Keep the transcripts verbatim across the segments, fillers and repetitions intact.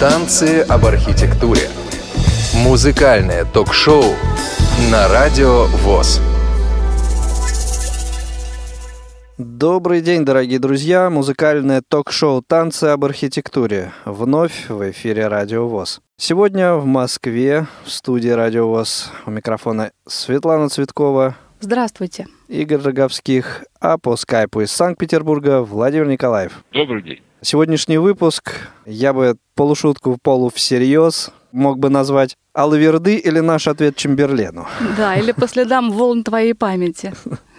Танцы об архитектуре. Музыкальное ток-шоу на Радио ВОС. Добрый день, дорогие друзья! Музыкальное ток-шоу «Танцы об архитектуре» вновь в эфире Радио ВОС. Сегодня в Москве, в студии Радио ВОС, у микрофона Светлана Цветкова. Здравствуйте. Игорь Роговских, а по скайпу из Санкт-Петербурга Владимир Николаев. Добрый день. Сегодняшний выпуск я бы полушутку полу всерьез мог бы назвать «Алаверды» или «Наш ответ Чемберлену». Да, или «По следам волн твоей памяти».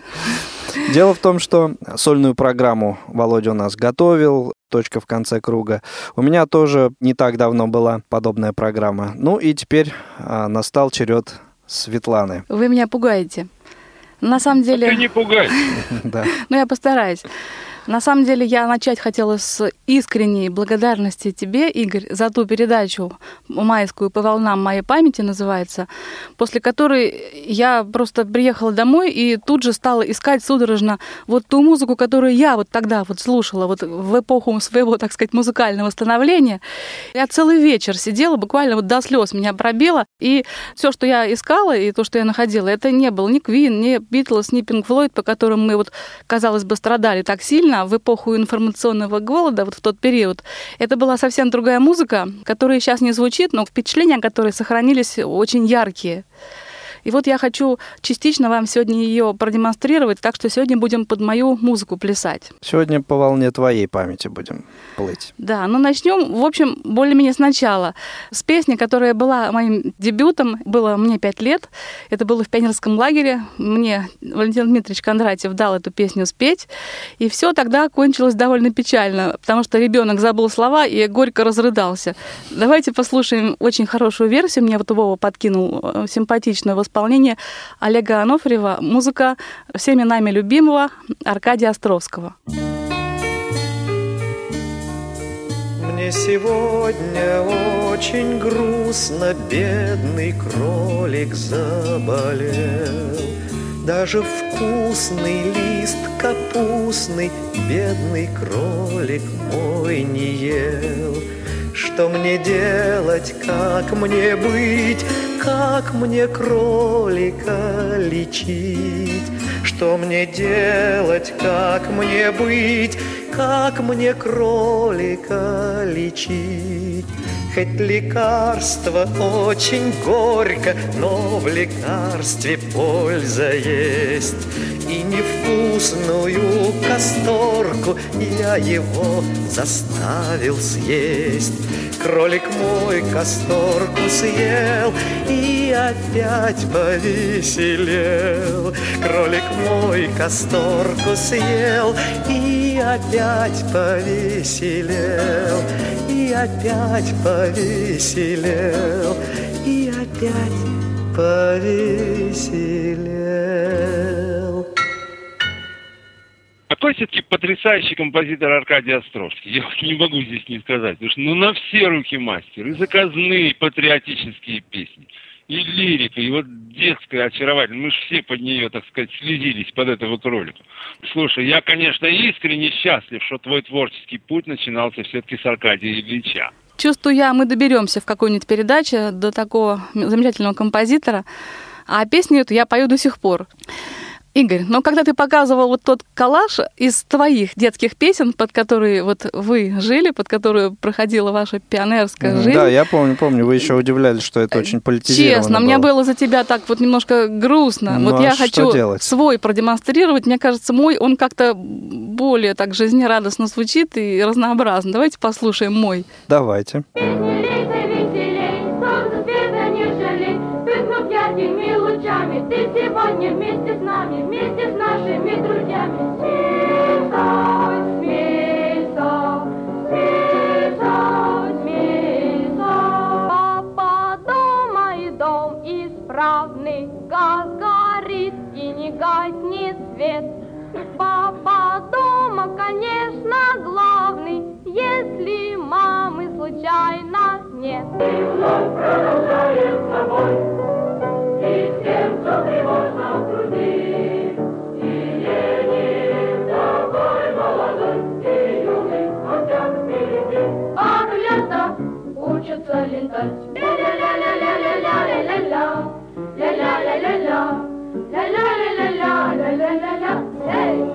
Дело в том, что сольную программу Володя у нас готовил, точка в конце круга. У меня тоже не так давно была подобная программа. Ну и теперь а, настал черед Светланы. Вы меня пугаете. На самом деле... А ты не пугай. Да. Ну, я постараюсь. На самом деле, я начать хотела с искренней благодарности тебе, Игорь, за ту передачу майскую «По волнам моей памяти» называется, после которой я просто приехала домой и тут же стала искать судорожно вот ту музыку, которую я вот тогда вот слушала, вот в эпоху своего, так сказать, музыкального становления. Я целый вечер сидела, буквально вот до слез меня пробило, и все, что я искала, и то, что я находила, это не был ни Queen, ни Beatles, ни Pink Floyd, по которым мы вот, казалось бы, страдали так сильно, в эпоху информационного голода, вот в тот период, это была совсем другая музыка, которая сейчас не звучит, но впечатления, которые сохранились, очень яркие. И вот я хочу частично вам сегодня ее продемонстрировать, так что сегодня будем под мою музыку плясать. Сегодня по волне твоей памяти будем плыть. Да, ну начнем, в общем, более-менее сначала. С песни, которая была моим дебютом, было мне пять лет. Это было в пионерском лагере. Мне Валентин Дмитриевич Кондратьев дал эту песню спеть. И все тогда кончилось довольно печально, потому что ребенок забыл слова и горько разрыдался. Давайте послушаем очень хорошую версию. Мне вот Вова подкинул симпатичную в исполнении Олега Анофриева, музыка всеми нами любимого Аркадия Островского. Мне сегодня очень грустно, бедный кролик заболел. Даже вкусный лист капустный бедный кролик мой не ел. Что мне делать, как мне быть, как мне кролика лечить? Что мне делать, как мне быть, как мне кролика лечить? Хоть лекарство очень горько, но в лекарстве польза есть. И невкусную касторку я его заставил съесть. Кролик мой касторку съел и опять повеселел. Кролик мой касторку съел и опять повеселел. И опять повеселел. И опять повеселел. Какой все-таки потрясающий композитор Аркадий Островский. Я не могу здесь не сказать. Потому что ну, на все руки мастер. И заказные патриотические песни, и лирика, и вот детская очаровательная. Мы же все под нее, так сказать, слезились под этого кролика. Слушай, я, конечно, искренне счастлив, что твой творческий путь начинался все-таки с Аркадия Ильича. Чувствую я, мы доберемся в какой-нибудь передаче до такого замечательного композитора. А песню эту я пою до сих пор. Игорь, но когда ты показывал вот тот коллаж из твоих детских песен, под которые вот вы жили, под которую проходила ваша пионерская жизнь. Да, я помню, помню. Вы еще удивлялись, что это очень политизировано. Честно, было. Мне было за тебя так вот немножко грустно. Ну, вот а я что хочу делать? свой продемонстрировать. Мне кажется, мой, он как-то более так жизнерадостно звучит и разнообразно. Давайте послушаем мой. Давайте. Ты сегодня вместе с нами, вместе с нашими друзьями. Смейся, смейся, смейся, смейся. Папа дома и дом исправный, газ горит и не гаснет свет. Папа дома, конечно, главный, если мамы случайно нет. И вновь продолжаем с тобой. И сердце тревожно в груди, и едем такой молодой и юный, хотя впереди. Пару лет учатся летать. Ля-ля-ля-ля-ля-ля-ля-ля-ля, ля-ля-ля-ля-ля, ля-ля-ля-ля-ля-ля-ля-ля-ля. Эй!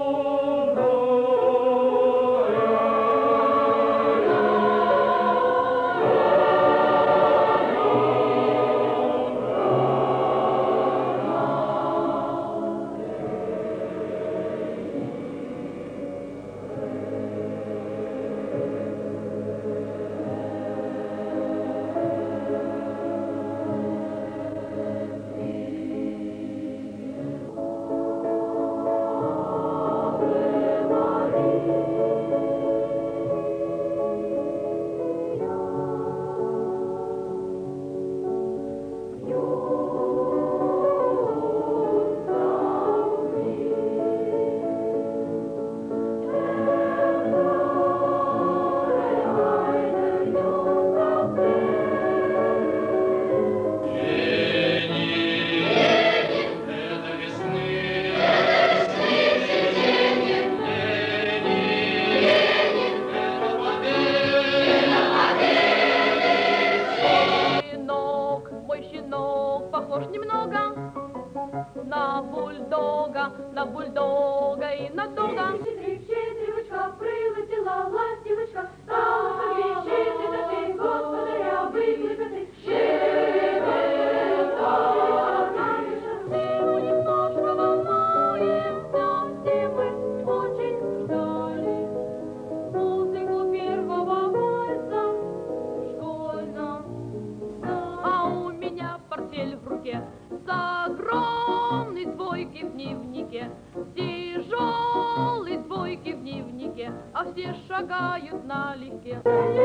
На бульдога, на бульдога и на дога. Щедрівочка прилетіла, ластівочка, стала собі щедрити, господаря викликати. Щедрівка наша. Мы немножко волнуемся, все мы очень ждали музыку первого вальса в школьном зале. А у меня портфель в руке с огромной двойки в дневнике, тяжелой двойки в дневнике, а все шагают налегке.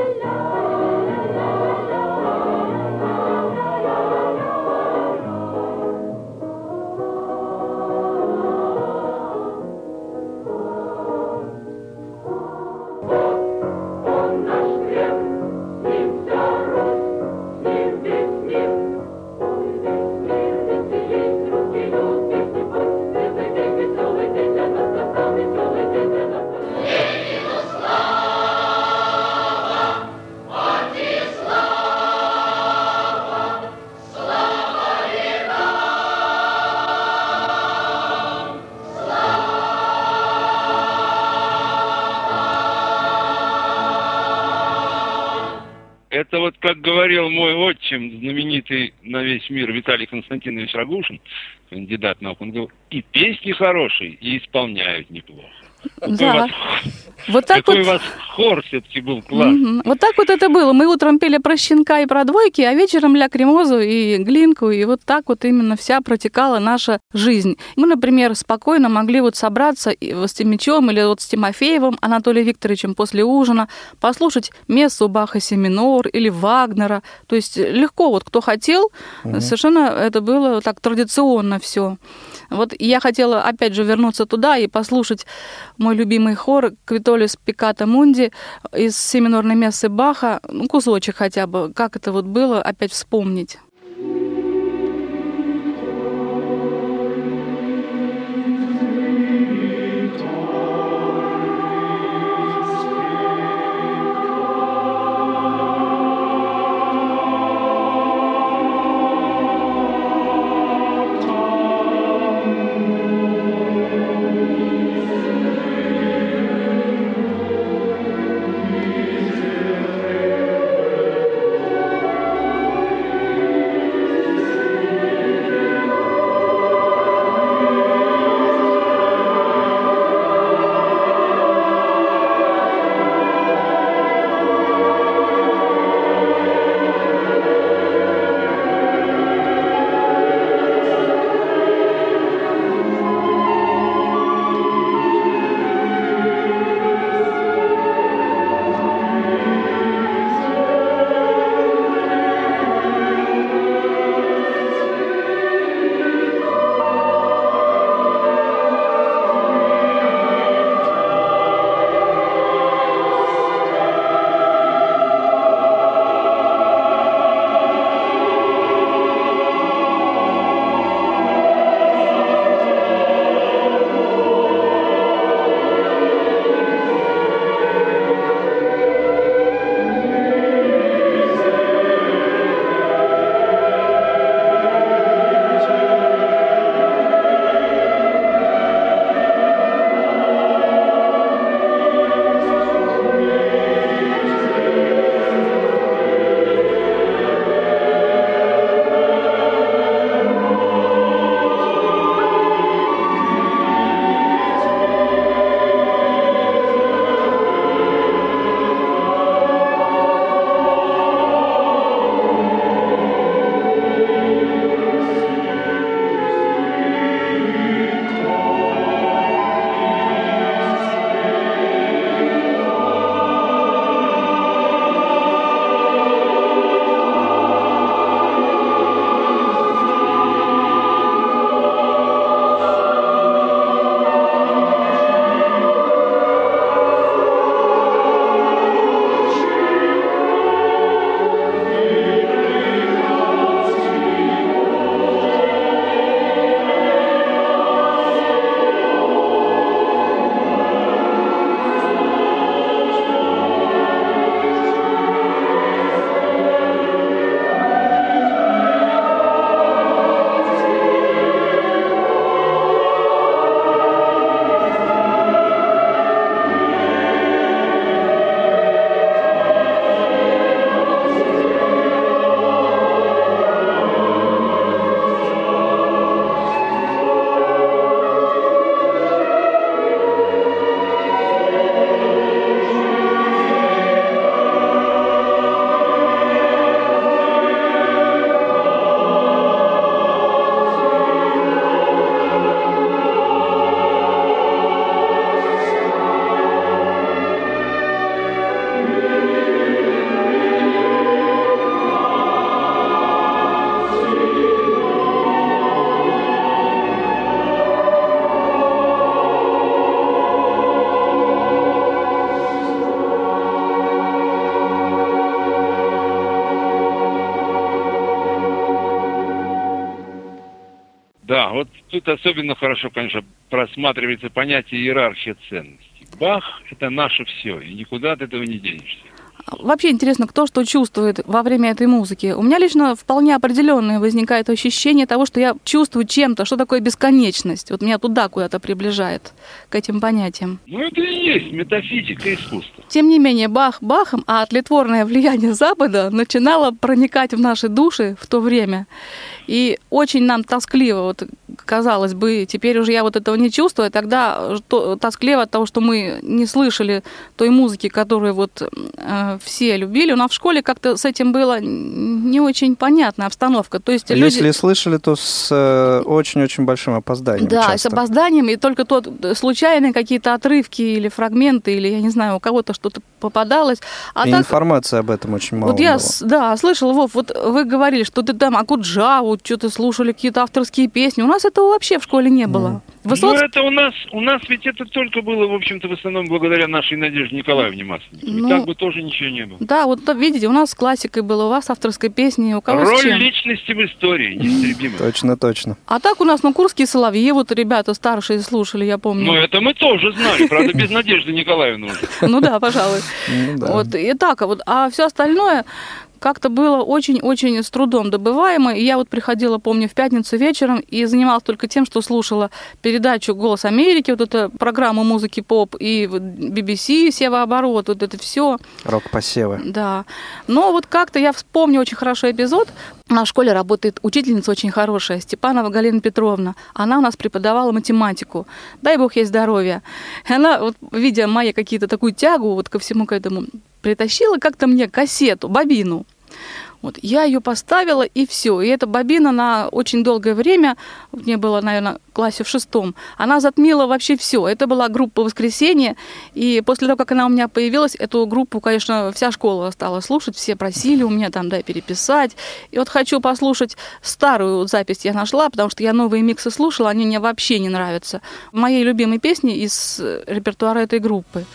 Это вот, как говорил мой отчим, знаменитый на весь мир Виталий Константинович Рагушин, кандидат наук, он говорил, и песни хорошие, и исполняют неплохо. Какой Да. у вас, Вот так какой вот. у вас хор все-таки был классный. Мгм. Вот так вот это было. Мы утром пели про щенка и про двойки, а вечером ля кремозу и глинку. И вот так вот именно вся протекала наша жизнь. Мы, например, спокойно могли вот собраться и с Тимичом или вот с Тимофеевым Анатолием Викторовичем после ужина, послушать мессу Баха си минор или Вагнера. То есть легко, вот кто хотел, Мгм. совершенно это было так традиционно все. Вот я хотела опять же вернуться туда и послушать мой любимый хор «Квитолис Пиката Мунди» из семинорной мессы Баха, ну, кусочек хотя бы, как это вот было, опять вспомнить. Ля-ля-ля-ля-ля-ля, Да, вот тут особенно хорошо, конечно, просматривается понятие иерархия ценностей. Бах – это наше все, и никуда от этого не денешься. Вообще интересно, кто что чувствует во время этой музыки. У меня лично вполне определенное возникает ощущение того, что я чувствую чем-то, что такое бесконечность. Вот меня туда куда-то приближает, к этим понятиям. Ну, это и есть метафизика искусства. Тем не менее, бах-бахом, а тлетворное влияние Запада начинало проникать в наши души в то время. И очень нам тоскливо, вот, казалось бы, теперь уже я вот этого не чувствую, тогда тоскливо от того, что мы не слышали той музыки, которую вот э, все любили. У нас в школе как-то с этим было не очень понятная обстановка. То есть Если люди... слышали, то с э, очень-очень большим опозданием. Да, часто. с опозданием, и только тот случайные какие-то отрывки или фрагменты, или, я не знаю, у кого-то что-то попадалось. А и так... информации об этом очень мало Вот я, было. да, слышала, Вов, вот вы говорили, что ты там Акуджаву, что-то слушали, какие-то авторские песни. У нас этого вообще в школе не было. Mm. Высоцк... Ну, это у нас, у нас ведь это только было, в общем-то, в основном благодаря нашей Надежде Николаевне Масленниковой. Ну, и так бы тоже ничего не было. Да, вот видите, у нас с классикой было, у вас авторской песни, у кого Роль с чем. личности в истории неистребима. Точно, точно. А так у нас, ну, Курские соловьи, вот ребята старшие слушали, я помню. Ну, это мы тоже знали, правда, без Надежды Николаевны уже. Ну да, пожалуй. Ну да. Вот, и так, а вот, а все остальное как-то было очень-очень с трудом добываемо. И я вот приходила, помню, в пятницу вечером и занималась только тем, что слушала передачу «Голос Америки», вот эту программу музыки поп, и би би си, «Севооборот», вот это все. Рок-посевы. Да. Но вот как-то я вспомню очень хорошо эпизод. У нас в школе работает учительница очень хорошая, Степанова Галина Петровна. Она у нас преподавала математику. Дай бог ей здоровья. И она, вот, видя мои какие-то такую тягу вот ко всему к этому, притащила как-то мне кассету, бобину. Вот, я ее поставила, и все. И эта бобина на очень долгое время, мне было, наверное, в классе в шестом, она затмила вообще все. Это была группа «Воскресенье», и после того, как она у меня появилась, эту группу, конечно, вся школа стала слушать, все просили у меня там, дай, переписать. И вот хочу послушать старую запись, я нашла, потому что я новые миксы слушала, они мне вообще не нравятся. Мои любимые песни из репертуара этой группы.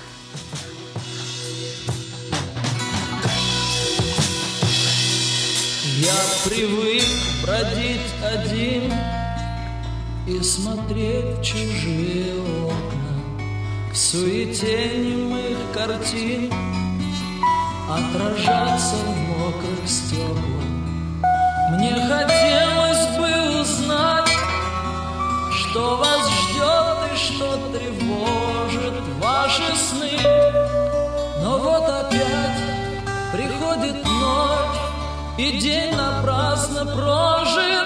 Я привык бродить один и смотреть в чужие окна, в суете немых картин отражаться в мокрых стеклах. Мне хотелось бы узнать, что вас ждет и что тревожит ваши сны. Но вот опять приходит ночь, и день напрасно прожит.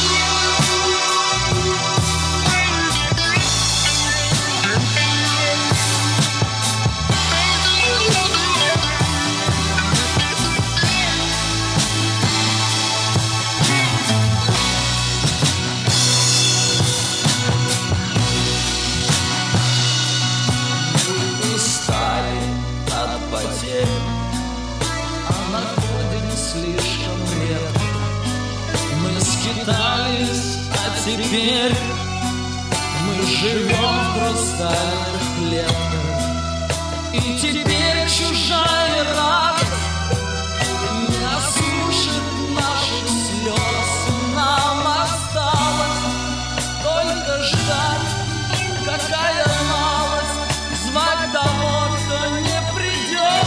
Устали от потерь, а находим слишком редко. Мы скитались, а теперь мы живем в хрустальных клетках. И теперь чужая радость не осушит наших слез. Нам осталось только ждать, какая малость, звать того, кто не придет.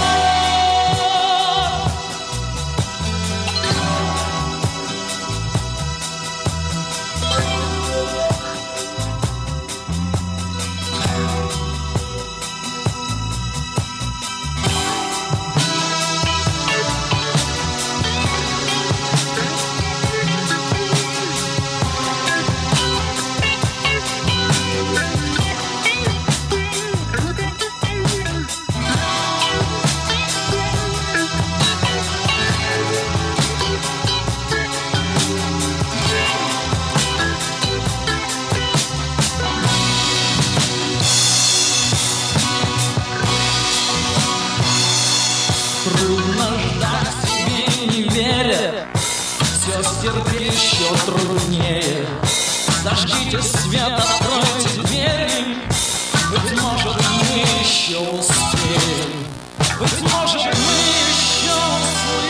Трудно ждать себе, не веря, все стерпеть еще труднее. Зажгите свет, откройте двери, быть может, мы еще успеем. Быть может, мы еще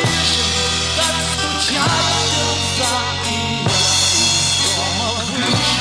услышим, как стучат сердца, и я из дома вышел.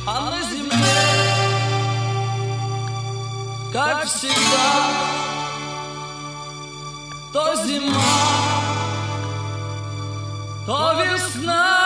а на земле, как всегда, то зима, то весна.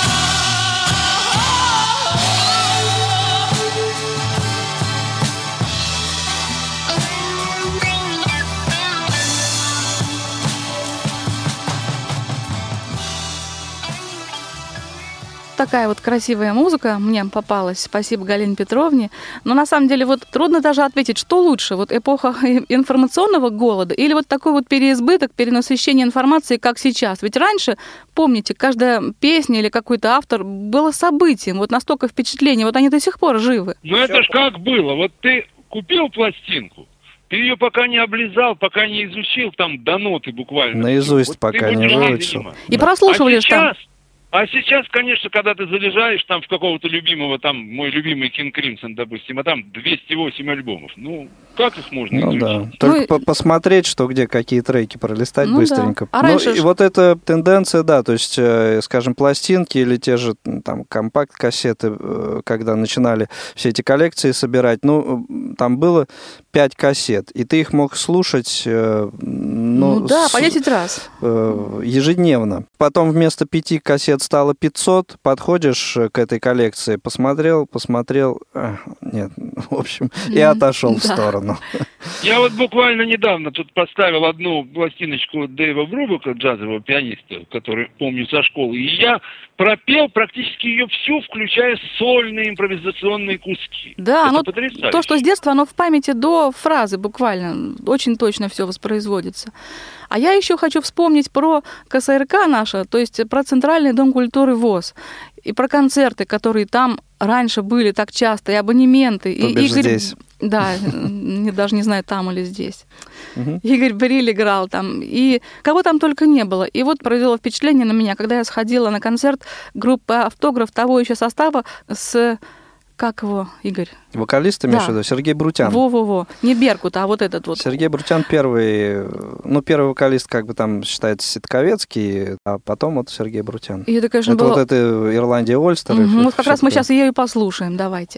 Такая вот красивая музыка мне попалась. Спасибо Галине Петровне. Но на самом деле вот трудно даже ответить, что лучше, вот эпоха информационного голода или вот такой вот переизбыток, перенасыщение информации, как сейчас. Ведь раньше, помните, каждая песня или какой-то автор было событием, вот настолько впечатлений, вот они до сих пор живы. Ну это ж как было, вот ты купил пластинку, ты ее пока не облизал, пока не изучил там до ноты буквально. Наизусть вот пока не выучил. И прослушивали а же там. А сейчас, конечно, когда ты залезаешь там в какого-то любимого, там, мой любимый Кинг Кримсон, допустим, а там двести восемь альбомов. Ну, как их можно Ну изучить? да, только ну, посмотреть, что где, какие треки пролистать ну, быстренько. Да. А ну, раньше... и вот эта тенденция, да, то есть, скажем, пластинки или те же там компакт-кассеты, когда начинали все эти коллекции собирать, ну, там было пять кассет, и ты их мог слушать ну, ну да, с, по десять раз. Ежедневно. Потом вместо пяти кассет стало пятьсот, подходишь к этой коллекции, посмотрел, посмотрел, а, нет, в общем, и отошел да. в сторону. Я вот буквально недавно тут поставил одну пластиночку Дэйва Брубака, джазового пианиста, который помню со школы, и я пропел практически ее всю, включая сольные импровизационные куски. Да, это оно, потрясающе. То, что с детства, оно в памяти до фразы буквально, очень точно все воспроизводится. А я еще хочу вспомнить про ка эс эр ка наше, то есть про Центральный дом культуры ВОС, и про концерты, которые там раньше были так часто, и абонементы. То и бишь Игорь... здесь. Да, даже не знаю, там или здесь. Игорь Бриль играл там, и кого там только не было. И вот произвело впечатление на меня, когда я сходила на концерт группы «Автограф» того еще состава с... Как его, Игорь? Вокалист, имеешь в виду? Сергей Брутян. Во-во-во. Не Беркут, а вот этот вот. Сергей Брутян первый, ну, первый вокалист, как бы там считается, Ситковецкий, а потом вот Сергей Брутян. И это, конечно, это было... вот это Ирландия Ольстер. Угу, вот как раз мы сейчас ее и послушаем. Давайте.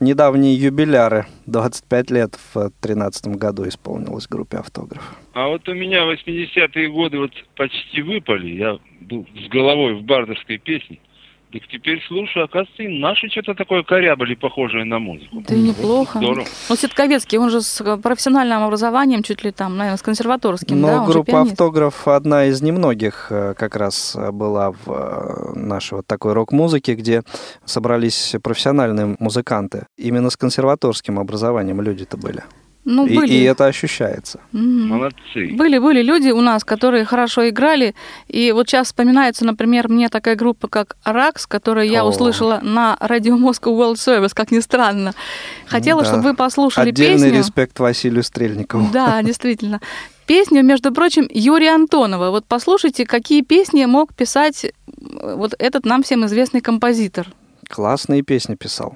недавние юбиляры. двадцать пять лет в тринадцатом году исполнилось группе «Автограф». А вот у меня восьмидесятые годы вот почти выпали. Я был с головой в бардовской песне. Так теперь слушаю, оказывается, и наши что-то такое корябали, похожее на музыку. Да и неплохо. Здорово. Ну, Ситковецкий, он же с профессиональным образованием, чуть ли там, наверное, с консерваторским, Но да? Он группа «Автограф» одна из немногих как раз была в нашей вот такой рок-музыке, где собрались профессиональные музыканты. Именно с консерваторским образованием люди-то были. Ну, и, были. и это ощущается. Mm-hmm. Молодцы. Были-были люди у нас, которые хорошо играли. И вот сейчас вспоминается, например, мне такая группа, как «Ракс», которую я О. услышала на радио Moscow World Service, как ни странно. Хотела, да. чтобы вы послушали Отдельный песню. Отдельный респект Василию Стрельникову. Да, действительно. Песню, между прочим, Юрия Антонова. Вот послушайте, какие песни мог писать вот этот нам всем известный композитор. Классные песни писал.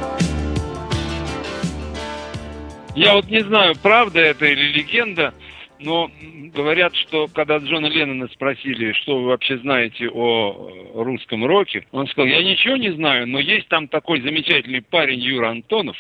Я вот не знаю, правда это или легенда, Но говорят, что когда Джона Леннона спросили, что вы вообще знаете о русском роке, он сказал, я ничего не знаю, но есть там такой замечательный парень Юра Антонов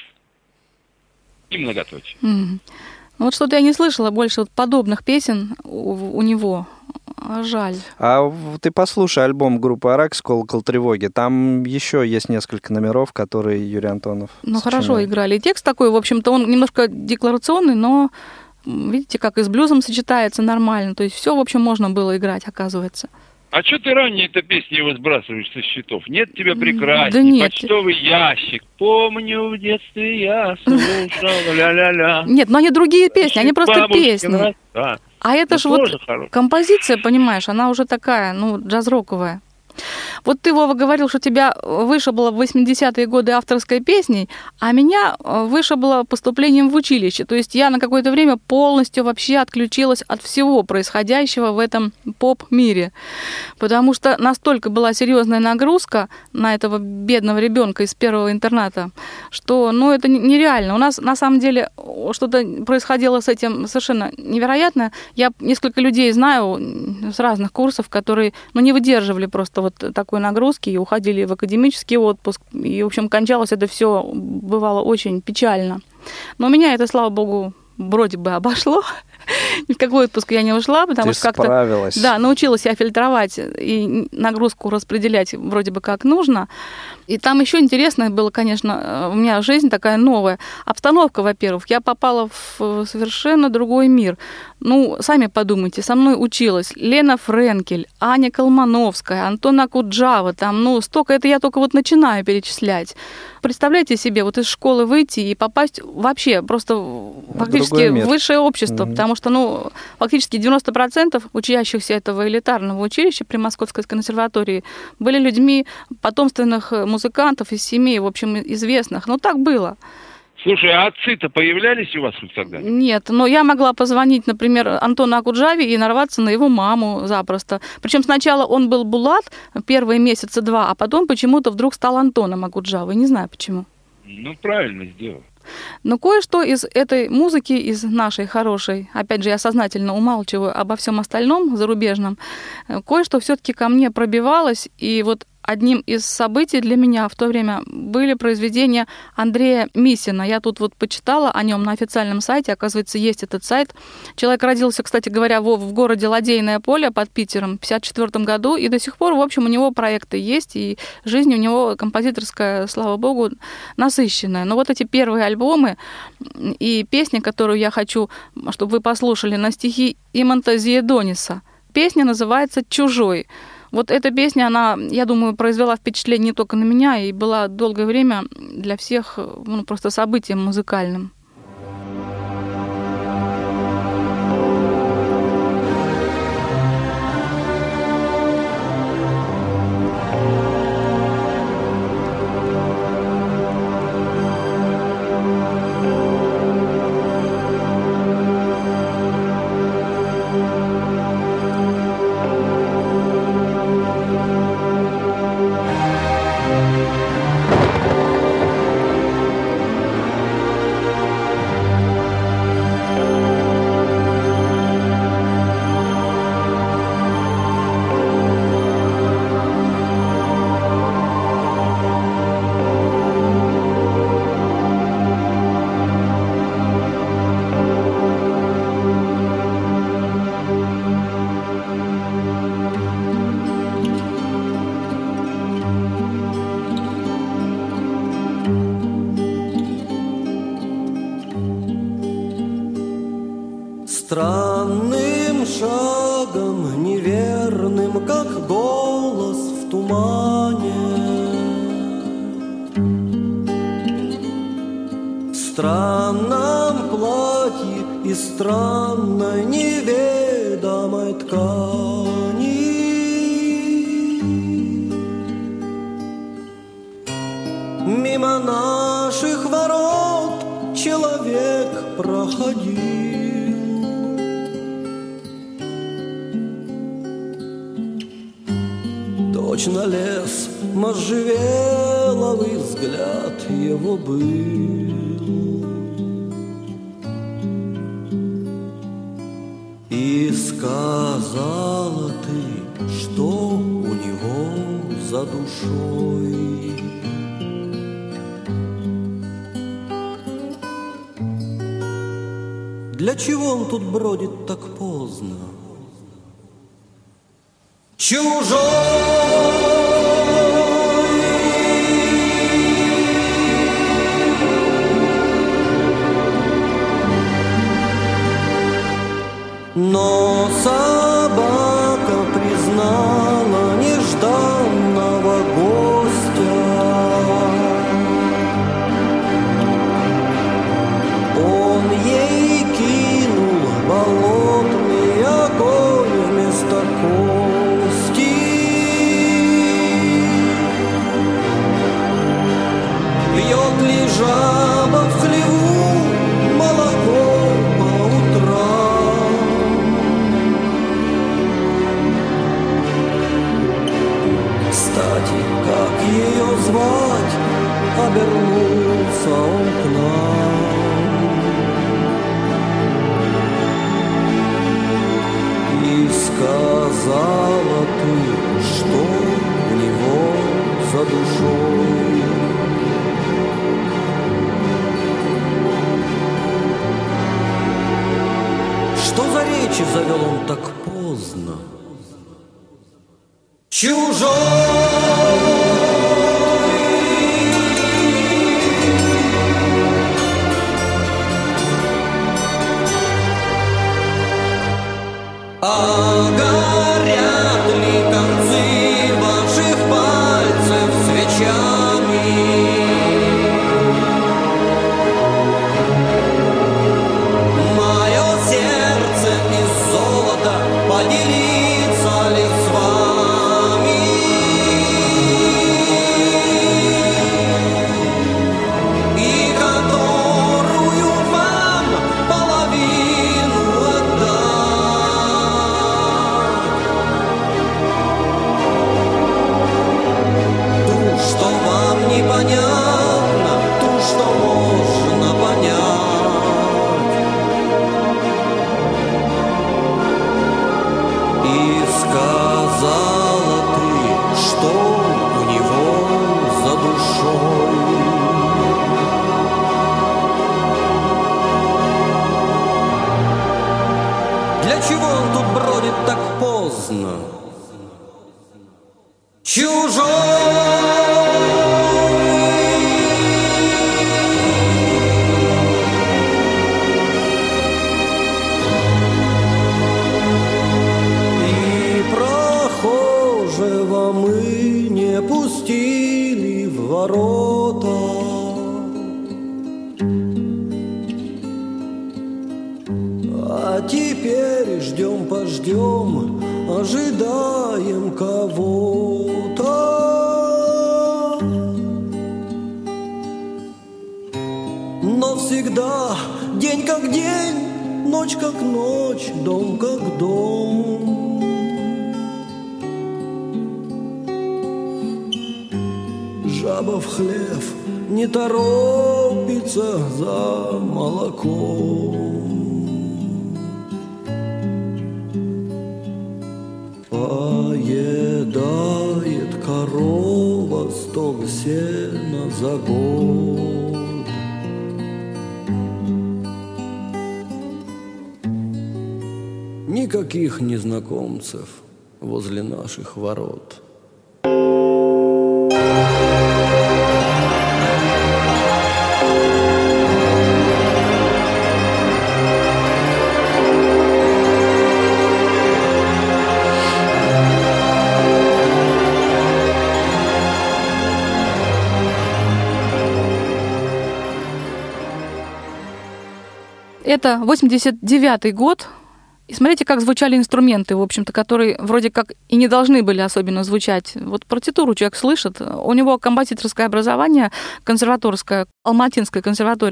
и многоточие. Mm. Вот что-то я не слышала больше вот подобных песен у, у него. Жаль. А ты послушай альбом группы «Аракс» «Колокол тревоги». Там еще есть несколько номеров, которые Юрий Антонов Ну, сочиняет. хорошо играли. И текст такой, в общем-то, он немножко декларационный, но видите, как и с блюзом сочетается нормально. То есть все, в общем, можно было играть, оказывается. А что ты ранние-то песни его сбрасываешь со счетов? Нет тебя прекрасней, да нет. Почтовый ящик. Помню, в детстве я слушал, ля-ля-ля. Нет, но они другие песни, они просто песни. Да. А это Ну, же вот хорошо. композиция, понимаешь, она уже такая, ну, джаз-роковая. Вот ты, Вова, говорил, что тебя вышибло в восьмидесятые годы авторской песней, а меня вышибло поступлением в училище. То есть я на какое-то время полностью вообще отключилась от всего происходящего в этом поп-мире. Потому что настолько была серьезная нагрузка на этого бедного ребенка из первого интерната, что, ну, это нереально. У нас, на самом деле, что-то происходило с этим совершенно невероятно. Я несколько людей знаю с разных курсов, которые, ну, не выдерживали просто вот такой нагрузки и уходили в академический отпуск. И, в общем, кончалось это все, бывало очень печально. Но у меня это, слава богу, вроде бы обошло. Ни в какой отпуск я не ушла, потому Ты что как-то... справилась. Да, научилась я фильтровать и нагрузку распределять вроде бы как нужно. И там еще интересное было, конечно, у меня жизнь такая новая. Обстановка, во-первых, я попала в совершенно другой мир. Ну, сами подумайте, со мной училась Лена Френкель, Аня Колмановская, Антон Акуджава, там, ну, столько, это я только вот начинаю перечислять. Представляете себе, вот из школы выйти и попасть вообще просто фактически в высшее общество, mm-hmm. потому что, ну, фактически девяносто процентов учащихся этого элитарного училища при Московской консерватории были людьми потомственных музыкантов из семей, в общем, известных. Ну, так было. Слушай, а отцы-то появлялись у вас хоть когда? Нет, но я могла позвонить, например, Антону Акуджаве и нарваться на его маму запросто. Причем сначала он был Булат первые месяца два, а потом почему-то вдруг стал Антоном Акуджавой. Не знаю почему. Ну, правильно сделал. Но кое-что из этой музыки, из нашей хорошей, опять же, я сознательно умалчиваю обо всем остальном зарубежном, кое-что все-таки ко мне пробивалось, и вот одним из событий для меня в то время были произведения Андрея Мисина. Я тут вот почитала о нем на официальном сайте. Оказывается, есть этот сайт. Человек родился, кстати говоря, в, в городе Ладейное поле под Питером в пятьдесят четвёртом году. И до сих пор, в общем, у него проекты есть. И жизнь у него композиторская, слава богу, насыщенная. Но вот эти первые альбомы и песни, которую я хочу, чтобы вы послушали, на стихи Иманта Зиедониса. Песня называется «Чужой». Вот эта песня, она, я думаю, произвела впечатление не только на меня, и была долгое время для всех, ну, просто событием музыкальным. Странным шагом неверным, как голос в тумане, в странном платье и странной неведомой ткани мимо наших ворот человек проходил. Точно лес, можжевеловый взгляд его был. И сказала ты, что у него за душой. Для чего он тут бродит так поздно? Чужой! Но собака признала нежданного гостя. Он ей кинул болотный огонь вместо кости. Пьет ли жаба в хлеву молоко по утрам? Кстати, как ее звать, обернулся он к нам. И сказала ты, что у него за душой. Что за речи завел он так поздно? Чужой! А горят ли концы ваших пальцев свечами? Мое сердце из золота поделится ли с вами? И которую вам половину отдам. Ту, что вам непонятно, ту, что можно понять. И сказала ты, что у него за душой. Для чего он тут бродит так поздно? Чужой! И прохожего мы не пустили в ворота. А теперь ждем-пождем, ожидаем кого-то. Но всегда день как день, ночь как ночь, дом как дом. Жаба в хлев не торопится за молоком. Поедает корова стог сена за год. Никаких незнакомцев возле наших ворот. Это восемьдесят девятый год. И смотрите, как звучали инструменты, в общем-то, которые вроде как и не должны были особенно звучать. Вот партитуру человек слышит. У него композиторское образование, консерваторское, Алматинская консерватория.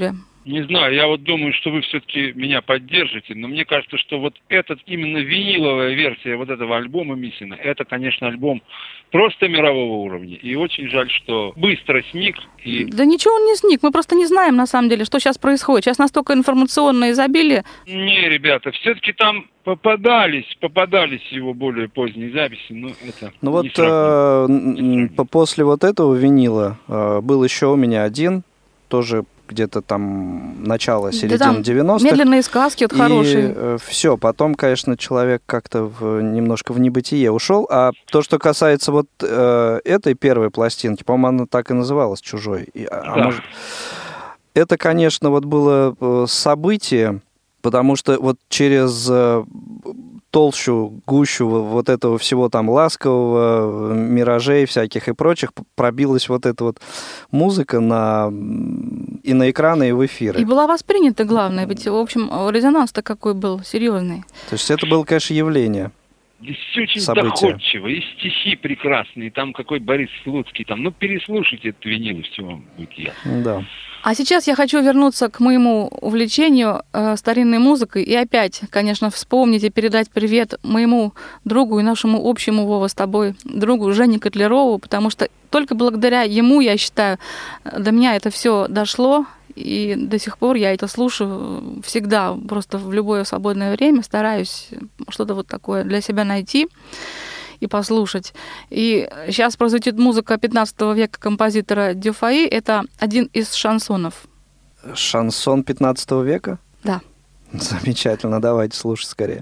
Не знаю, я вот думаю, что вы все-таки меня поддержите, но мне кажется, что вот этот, именно виниловая версия вот этого альбома Мисина, это, конечно, альбом просто мирового уровня. И очень жаль, что быстро сник. И... Да ничего он не сник, мы просто не знаем, на самом деле, что сейчас происходит. Сейчас настолько информационное изобилие. Не, ребята, все-таки там попадались, попадались его более поздние записи, но это Ну вот не сравнить. э, после вот этого винила э, был еще у меня один, тоже где-то там начало, середина Да там девяностых. медленные сказки, вот и хорошие. э, все, потом, конечно, человек как-то в, немножко в небытие ушел. А то, что касается вот э, этой первой пластинки, по-моему, она так и называлась «Чужой». И, а, Да. может, это, конечно, вот было э, событие, потому что вот через э, толщу, гущу вот этого всего там ласкового, миражей всяких и прочих пробилась вот эта вот музыка на, и на экраны, и в эфиры. И была воспринята, главное, ведь, в общем, резонанс-то какой был серьезный. То есть это было, конечно, явление. Здесь все очень события. доходчиво, и стихи прекрасные, там какой Борис Слуцкий, там, ну, переслушайте этот винил, и все вам будет ясно. Да. А сейчас я хочу вернуться к моему увлечению э, старинной музыкой и опять, конечно, вспомнить и передать привет моему другу и нашему общему, Вова, с тобой, другу Жене Котлярову, потому что только благодаря ему, я считаю, до меня это все дошло, и до сих пор я это слушаю всегда, просто в любое свободное время стараюсь что-то вот такое для себя найти и послушать. И сейчас прозвучит музыка пятнадцатого века композитора Дюфаи. Это один из шансонов. Шансон пятнадцатого века? Да. Замечательно, давайте слушать скорее.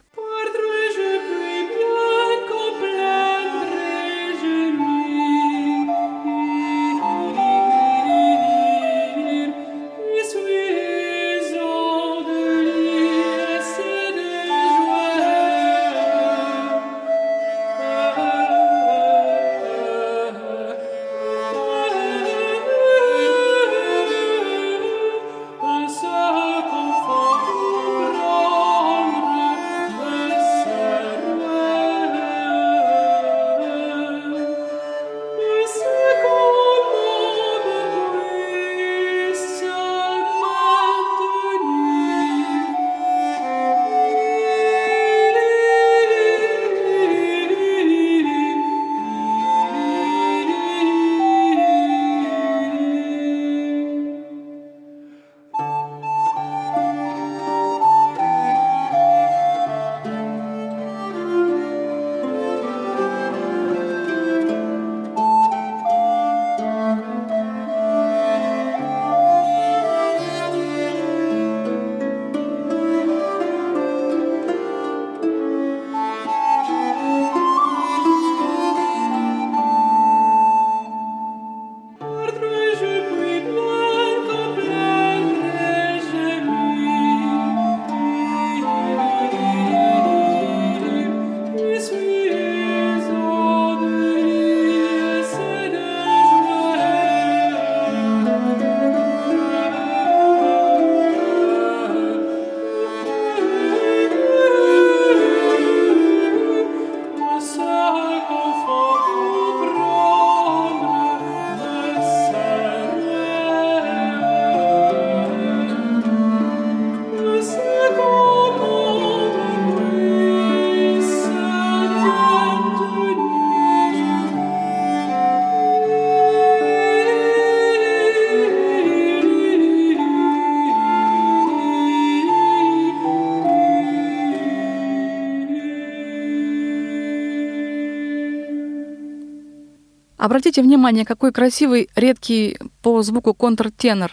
Обратите внимание, какой красивый, редкий по звуку контртенор.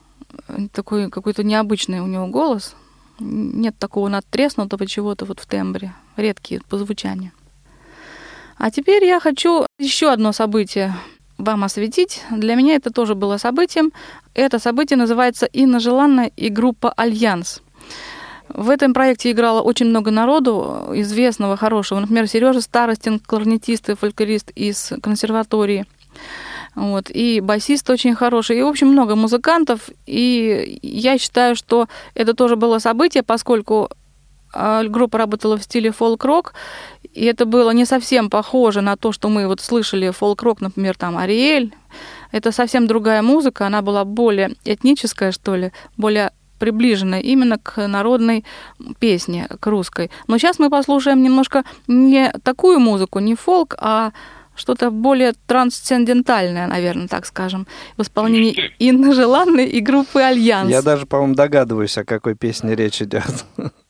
Такой какой-то необычный у него голос. Нет такого надтреснутого чего-то вот в тембре. Редкий по звучанию. А теперь я хочу еще одно событие вам осветить. Для меня это тоже было событием. Это событие называется «Инна Желанная» и группа «Альянс». В этом проекте играло очень много народу, известного, хорошего. Например, Сережа Старостин, кларнетист и фольклорист из консерватории. Вот, и басист очень хороший. И, в общем, много музыкантов. И я считаю, что это тоже было событие, поскольку группа работала в стиле фолк-рок, и это было не совсем похоже на то, что мы вот слышали фолк-рок, например, там «Ариэль». Это совсем другая музыка, она была более этническая, что ли, более приближенная именно к народной песне, к русской. Но сейчас мы послушаем немножко не такую музыку, не фолк, а что-то более трансцендентальное, наверное, так скажем, в исполнении Инны Желанной и группы «Альянс». Я даже, по-моему, догадываюсь, о какой песне речь идет.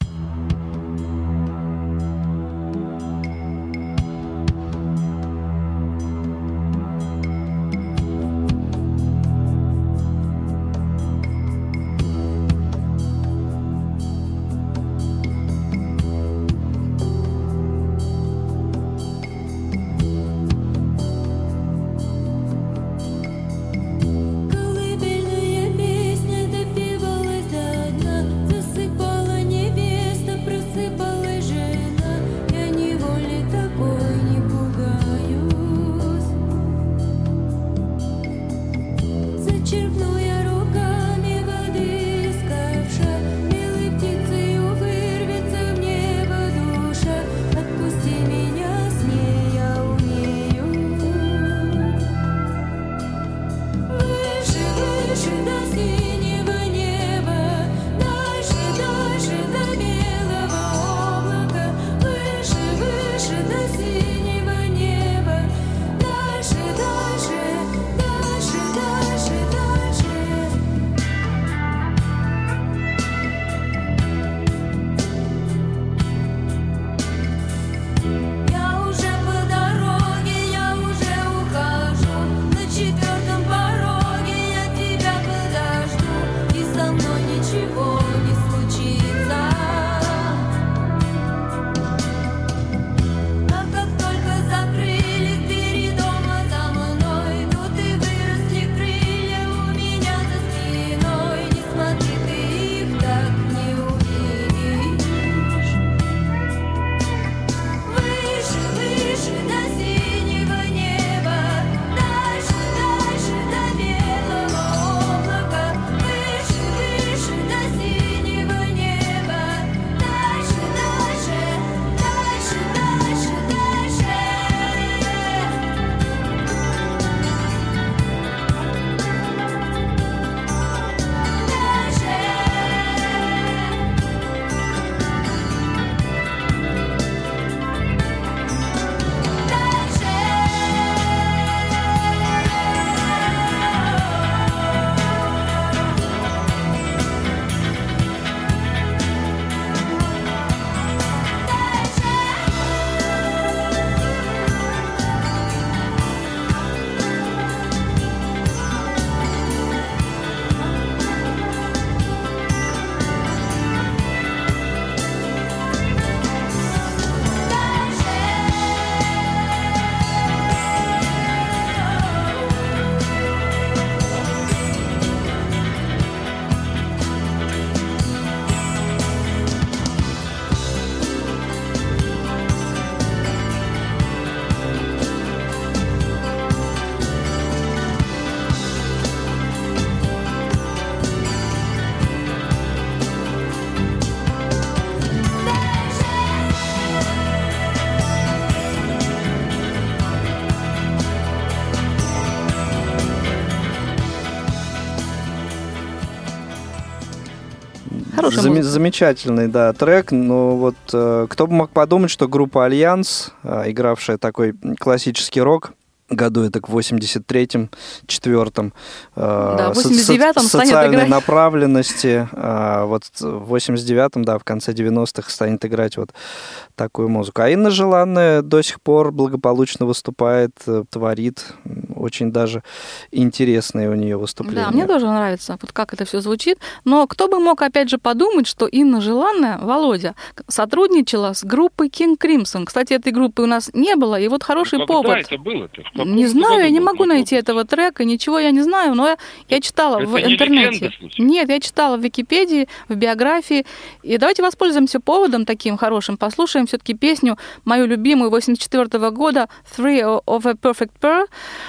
Зам- замечательный, да, трек. Но вот э, кто бы мог подумать, что группа «Альянс», э, игравшая такой классический рок, году это к восемьдесят третьем, четвёртом, э, да, в восемьдесят девятом со- социальной направленности, э, вот в восемьдесят девятом, да, в конце девяностых станет играть вот такую музыку. А Инна Желанная до сих пор благополучно выступает, э, творит, очень даже интересные у нее выступления. Да, мне тоже нравится, вот как это все звучит. Но кто бы мог, опять же, подумать, что Инна Желанная, Володя, сотрудничала с группой King Crimson. Кстати, этой группы у нас не было, и вот хороший ну, повод. это было-то? Не знаю, я не могу найти этого трека, ничего я не знаю, но я, я читала это в не интернете. Легенда, Нет, я читала в Википедии, в биографии. И давайте воспользуемся поводом таким хорошим, послушаем все-таки песню, мою любимую, восемьдесят четвёртого года, Three of a Perfect Pair,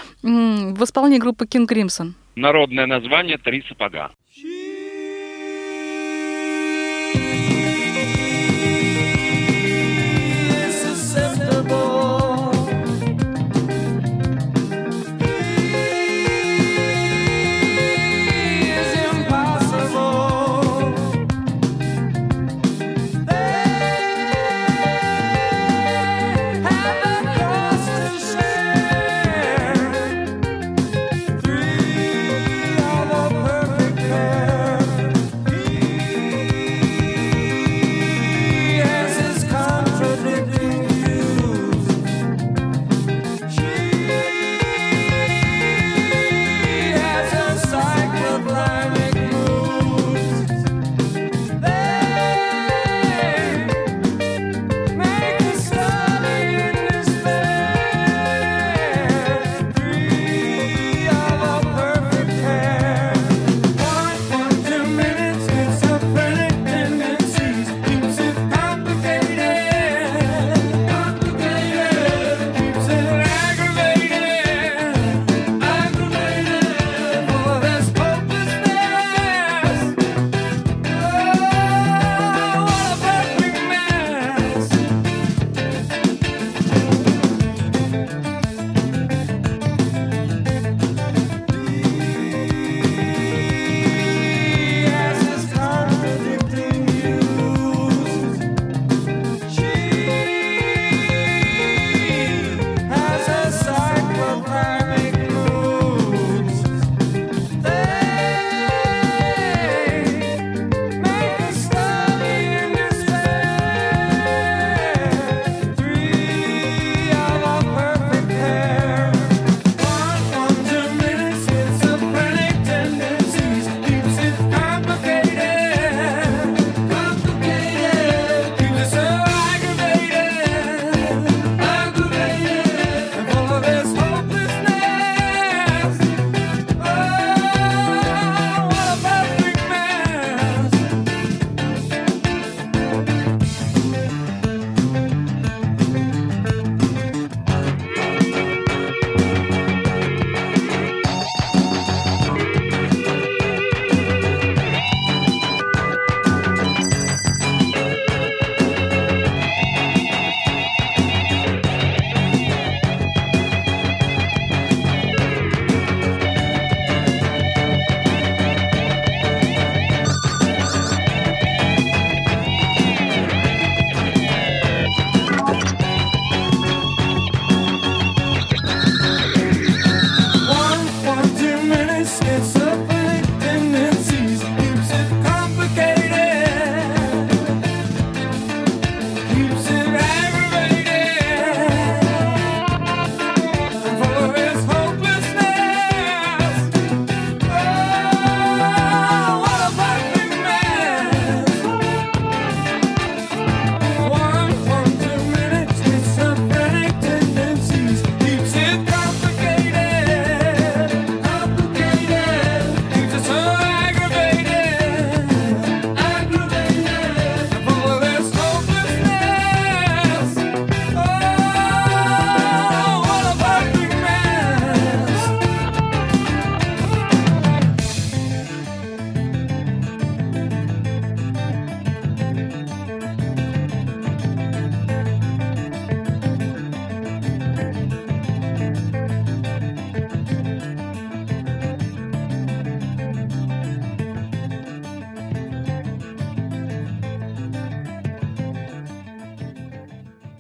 в исполнении группы King Crimson. Народное название «Три сапога». Impossible.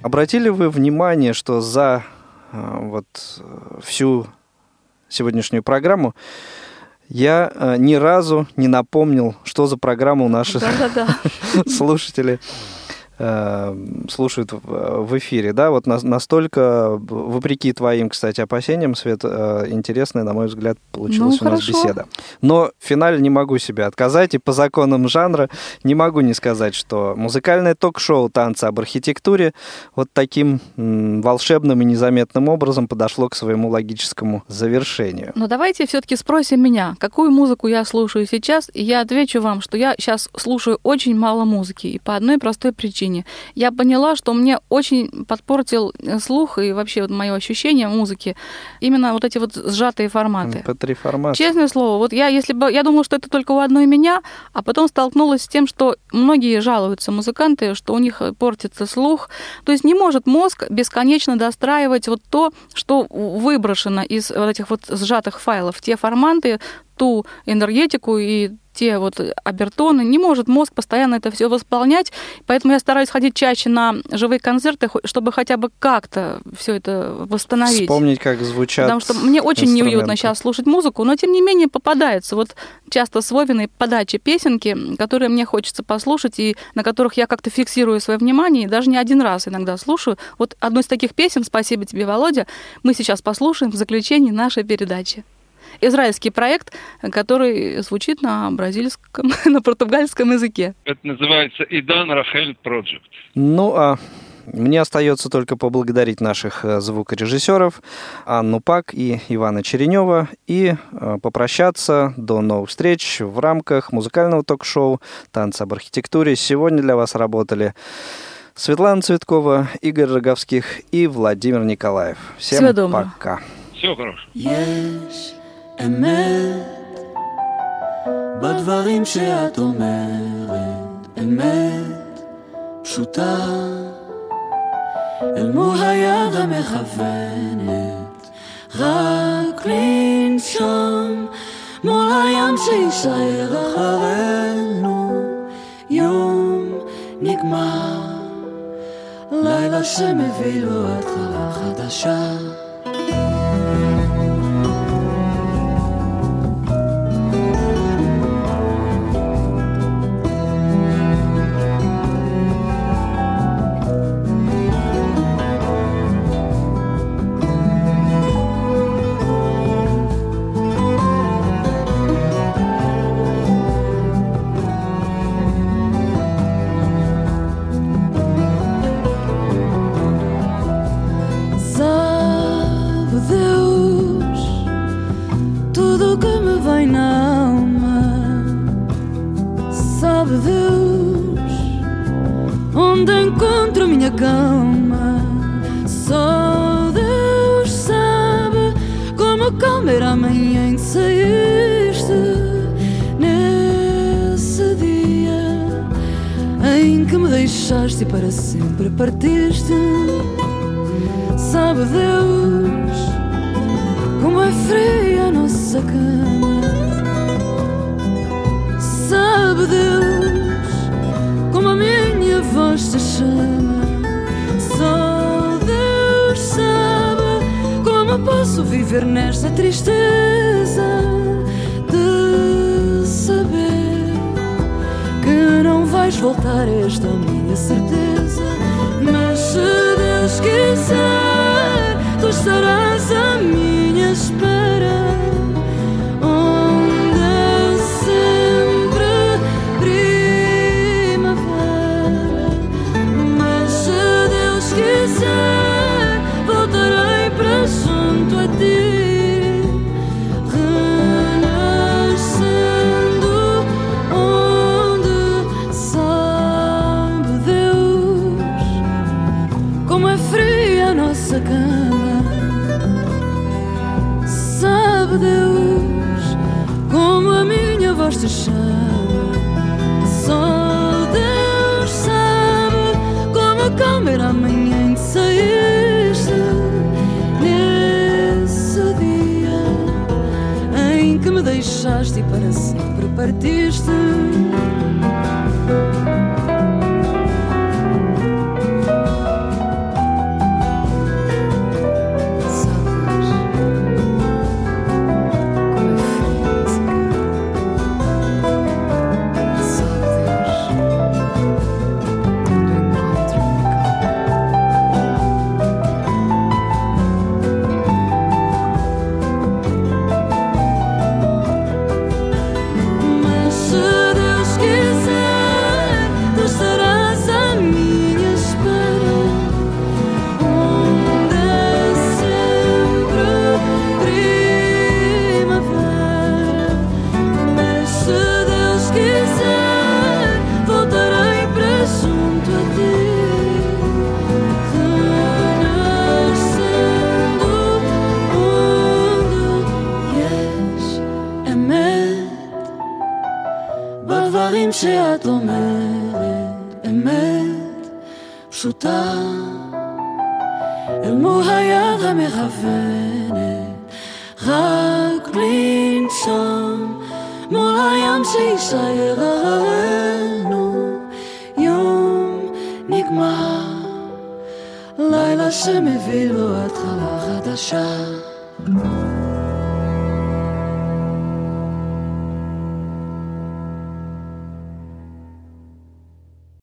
Обратили вы внимание, что за э, вот всю сегодняшнюю программу я э, ни разу не напомнил, что за программу наши слушатели э, слушают в, в эфире. Да, вот на, настолько, вопреки твоим, кстати, опасениям, Свет, э, интересная, на мой взгляд, получилась ну, у нас хорошо. беседа. Но в финале не могу себе отказать, и по законам жанра не могу не сказать, что музыкальное ток-шоу «Танцы об архитектуре» вот таким м, волшебным и незаметным образом подошло к своему логическому завершению. Но давайте все-таки спросим меня, какую музыку я слушаю сейчас, и я отвечу вам, что я сейчас слушаю очень мало музыки, и по одной простой причине. Я поняла, что мне очень подпортил слух и вообще вот мое ощущение музыки именно вот эти вот сжатые форматы. эм пэ три форматы. Честное слово, вот я, если бы, я думала, что это только у одной меня, а потом столкнулась с тем, что многие жалуются, музыканты, что у них портится слух. То есть не может мозг бесконечно достраивать вот то, что выброшено из вот этих вот сжатых файлов, те форматы, ту энергетику и те вот обертоны. Не может мозг постоянно это все восполнять, поэтому я стараюсь ходить чаще на живые концерты, чтобы хотя бы как-то все это восстановить. Вспомнить, как звучат Потому что мне очень инструменты. Неуютно сейчас слушать музыку, но тем не менее попадаются вот часто с Вовиной подачи песенки, которые мне хочется послушать и на которых я как-то фиксирую свое внимание, и даже не один раз иногда слушаю. Вот одну из таких песен, спасибо тебе, Володя, мы сейчас послушаем в заключении нашей передачи. Израильский проект, который звучит на бразильском, на португальском языке. Это называется Идан Рахель Project. Ну, а мне остается только поблагодарить наших звукорежиссеров Анну Пак и Ивана Черенева и попрощаться. До новых встреч в рамках музыкального ток-шоу «Танцы об архитектуре». Сегодня для вас работали Светлана Цветкова, Игорь Роговских и Владимир Николаев. Всем Всего пока. Всего хорошего. יש אמת בדברים שאת אומרת, אמת פשוטה אל מול היד המכוונת, רק לנשום מול הים שישאר אחרינו. יום נגמר, לילה שמביא לו התחלה חדשה. E para sempre partiste. Sabe Deus como é fria a nossa cama. Sabe Deus como a minha voz te chama. Só Deus sabe como posso viver nesta tristeza de saber que não vais voltar, esta minha certeza. Mas se Deus quiser, tu estarás à minha espera, onde é sempre primavera. Mas se Deus quiser, voltarei para junto a ti, renascendo onde sabe Deus como é fria a nossa cama. Sabe Deus como a minha voz te chama. Só Deus sabe como a câmera amanhã que saíste, nesse dia em que me deixaste e para sempre partiste. בדברים שאת אומרת, אמת פשוטה אל מול היד המכוונת, רק בלי נשום מול הים שישאר אחרינו. יום נגמר, לילה שמביא לו התחלה חדשה.